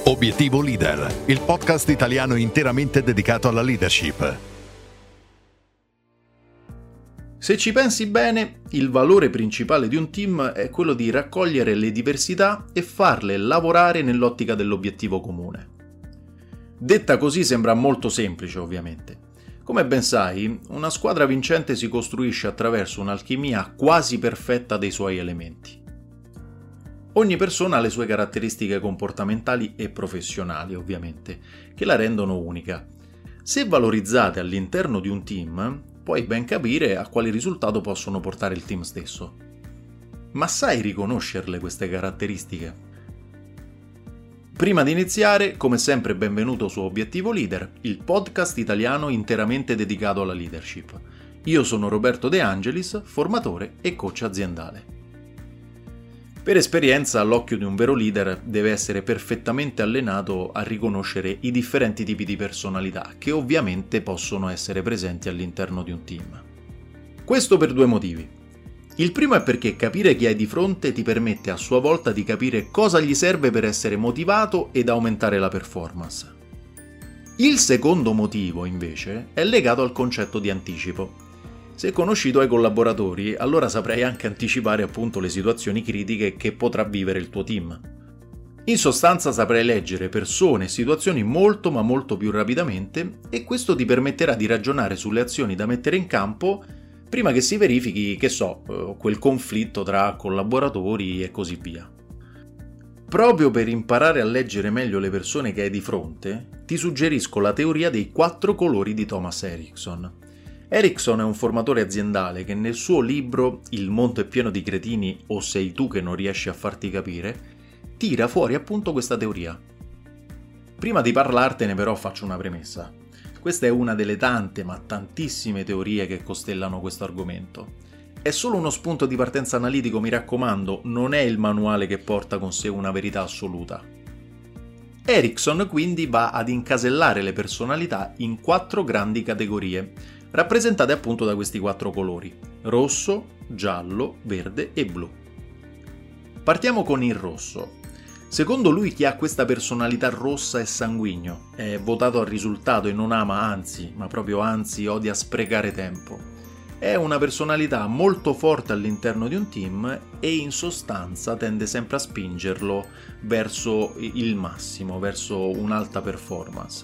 Obiettivo Leader, il podcast italiano interamente dedicato alla leadership. Se ci pensi bene, il valore principale di un team è quello di raccogliere le diversità e farle lavorare nell'ottica dell'obiettivo comune. Detta così sembra molto semplice, ovviamente. Come ben sai, una squadra vincente si costruisce attraverso un'alchimia quasi perfetta dei suoi elementi. Ogni persona ha le sue caratteristiche comportamentali e professionali, ovviamente, che la rendono unica. Se valorizzate all'interno di un team, puoi ben capire a quale risultato possono portare il team stesso. Ma sai riconoscerle queste caratteristiche? Prima di iniziare, come sempre benvenuto su Obiettivo Leader, il podcast italiano interamente dedicato alla leadership. Io sono Roberto De Angelis, formatore e coach aziendale. Per esperienza, l'occhio di un vero leader deve essere perfettamente allenato a riconoscere i differenti tipi di personalità che ovviamente possono essere presenti all'interno di un team. Questo per due motivi. Il primo è perché capire chi hai di fronte ti permette a sua volta di capire cosa gli serve per essere motivato ed aumentare la performance. Il secondo motivo, invece, è legato al concetto di anticipo. Se conosci i tuoi collaboratori, allora saprai anche anticipare appunto le situazioni critiche che potrà vivere il tuo team. In sostanza saprai leggere persone e situazioni molto ma molto più rapidamente e questo ti permetterà di ragionare sulle azioni da mettere in campo prima che si verifichi, quel conflitto tra collaboratori e così via. Proprio per imparare a leggere meglio le persone che hai di fronte, ti suggerisco la teoria dei 4 colori di Thomas Erickson. Erickson è un formatore aziendale che nel suo libro Il mondo è pieno di cretini o sei tu che non riesci a farti capire, tira fuori appunto questa teoria. Prima di parlartene però faccio una premessa. Questa è una delle tante ma tantissime teorie che costellano questo argomento. È solo uno spunto di partenza analitico, mi raccomando, non è il manuale che porta con sé una verità assoluta. Erickson quindi va ad incasellare le personalità in 4 grandi categorie, rappresentate appunto da questi 4 colori: rosso, giallo, verde e blu. Partiamo con il rosso. Secondo lui chi ha questa personalità rossa è sanguigno, è votato al risultato e non ama, anzi odia sprecare tempo. È una personalità molto forte all'interno di un team e in sostanza tende sempre a spingerlo verso il massimo, verso un'alta performance.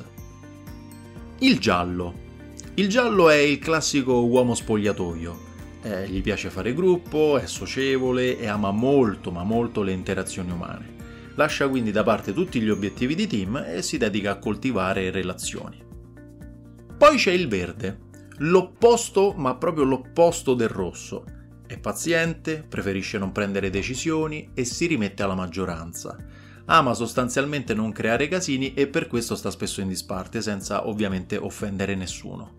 Il giallo. Il giallo è il classico uomo spogliatoio. Gli piace fare gruppo, è socievole e ama molto ma molto le interazioni umane. Lascia quindi da parte tutti gli obiettivi di team e si dedica a coltivare relazioni. Poi c'è il verde, l'opposto ma proprio l'opposto del rosso. È paziente, preferisce non prendere decisioni e si rimette alla maggioranza. Ama sostanzialmente non creare casini e per questo sta spesso in disparte, senza ovviamente offendere nessuno.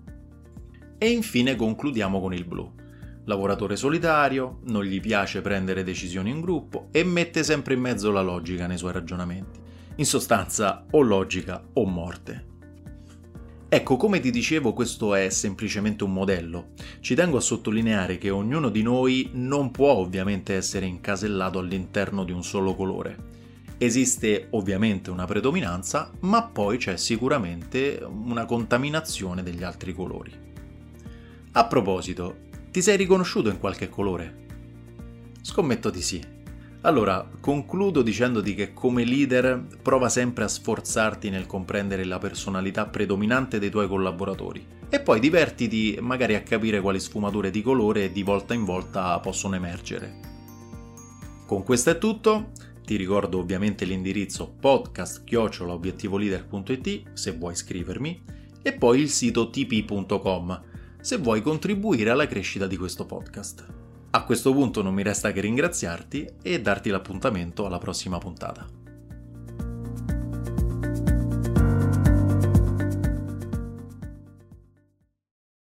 E infine concludiamo con il blu. Lavoratore solitario, non gli piace prendere decisioni in gruppo e mette sempre in mezzo la logica nei suoi ragionamenti. In sostanza, o logica o morte. Ecco, come ti dicevo, questo è semplicemente un modello. Ci tengo a sottolineare che ognuno di noi non può ovviamente essere incasellato all'interno di un solo colore. Esiste ovviamente una predominanza, ma poi c'è sicuramente una contaminazione degli altri colori. A proposito, ti sei riconosciuto in qualche colore? Scommetto di sì. Allora, concludo dicendoti che come leader prova sempre a sforzarti nel comprendere la personalità predominante dei tuoi collaboratori e poi divertiti magari a capire quali sfumature di colore di volta in volta possono emergere. Con questo è tutto. Ti ricordo ovviamente l'indirizzo podcast@obiettivoleader.it se vuoi scrivermi e poi il sito tp.com se vuoi contribuire alla crescita di questo podcast. A questo punto non mi resta che ringraziarti e darti l'appuntamento alla prossima puntata.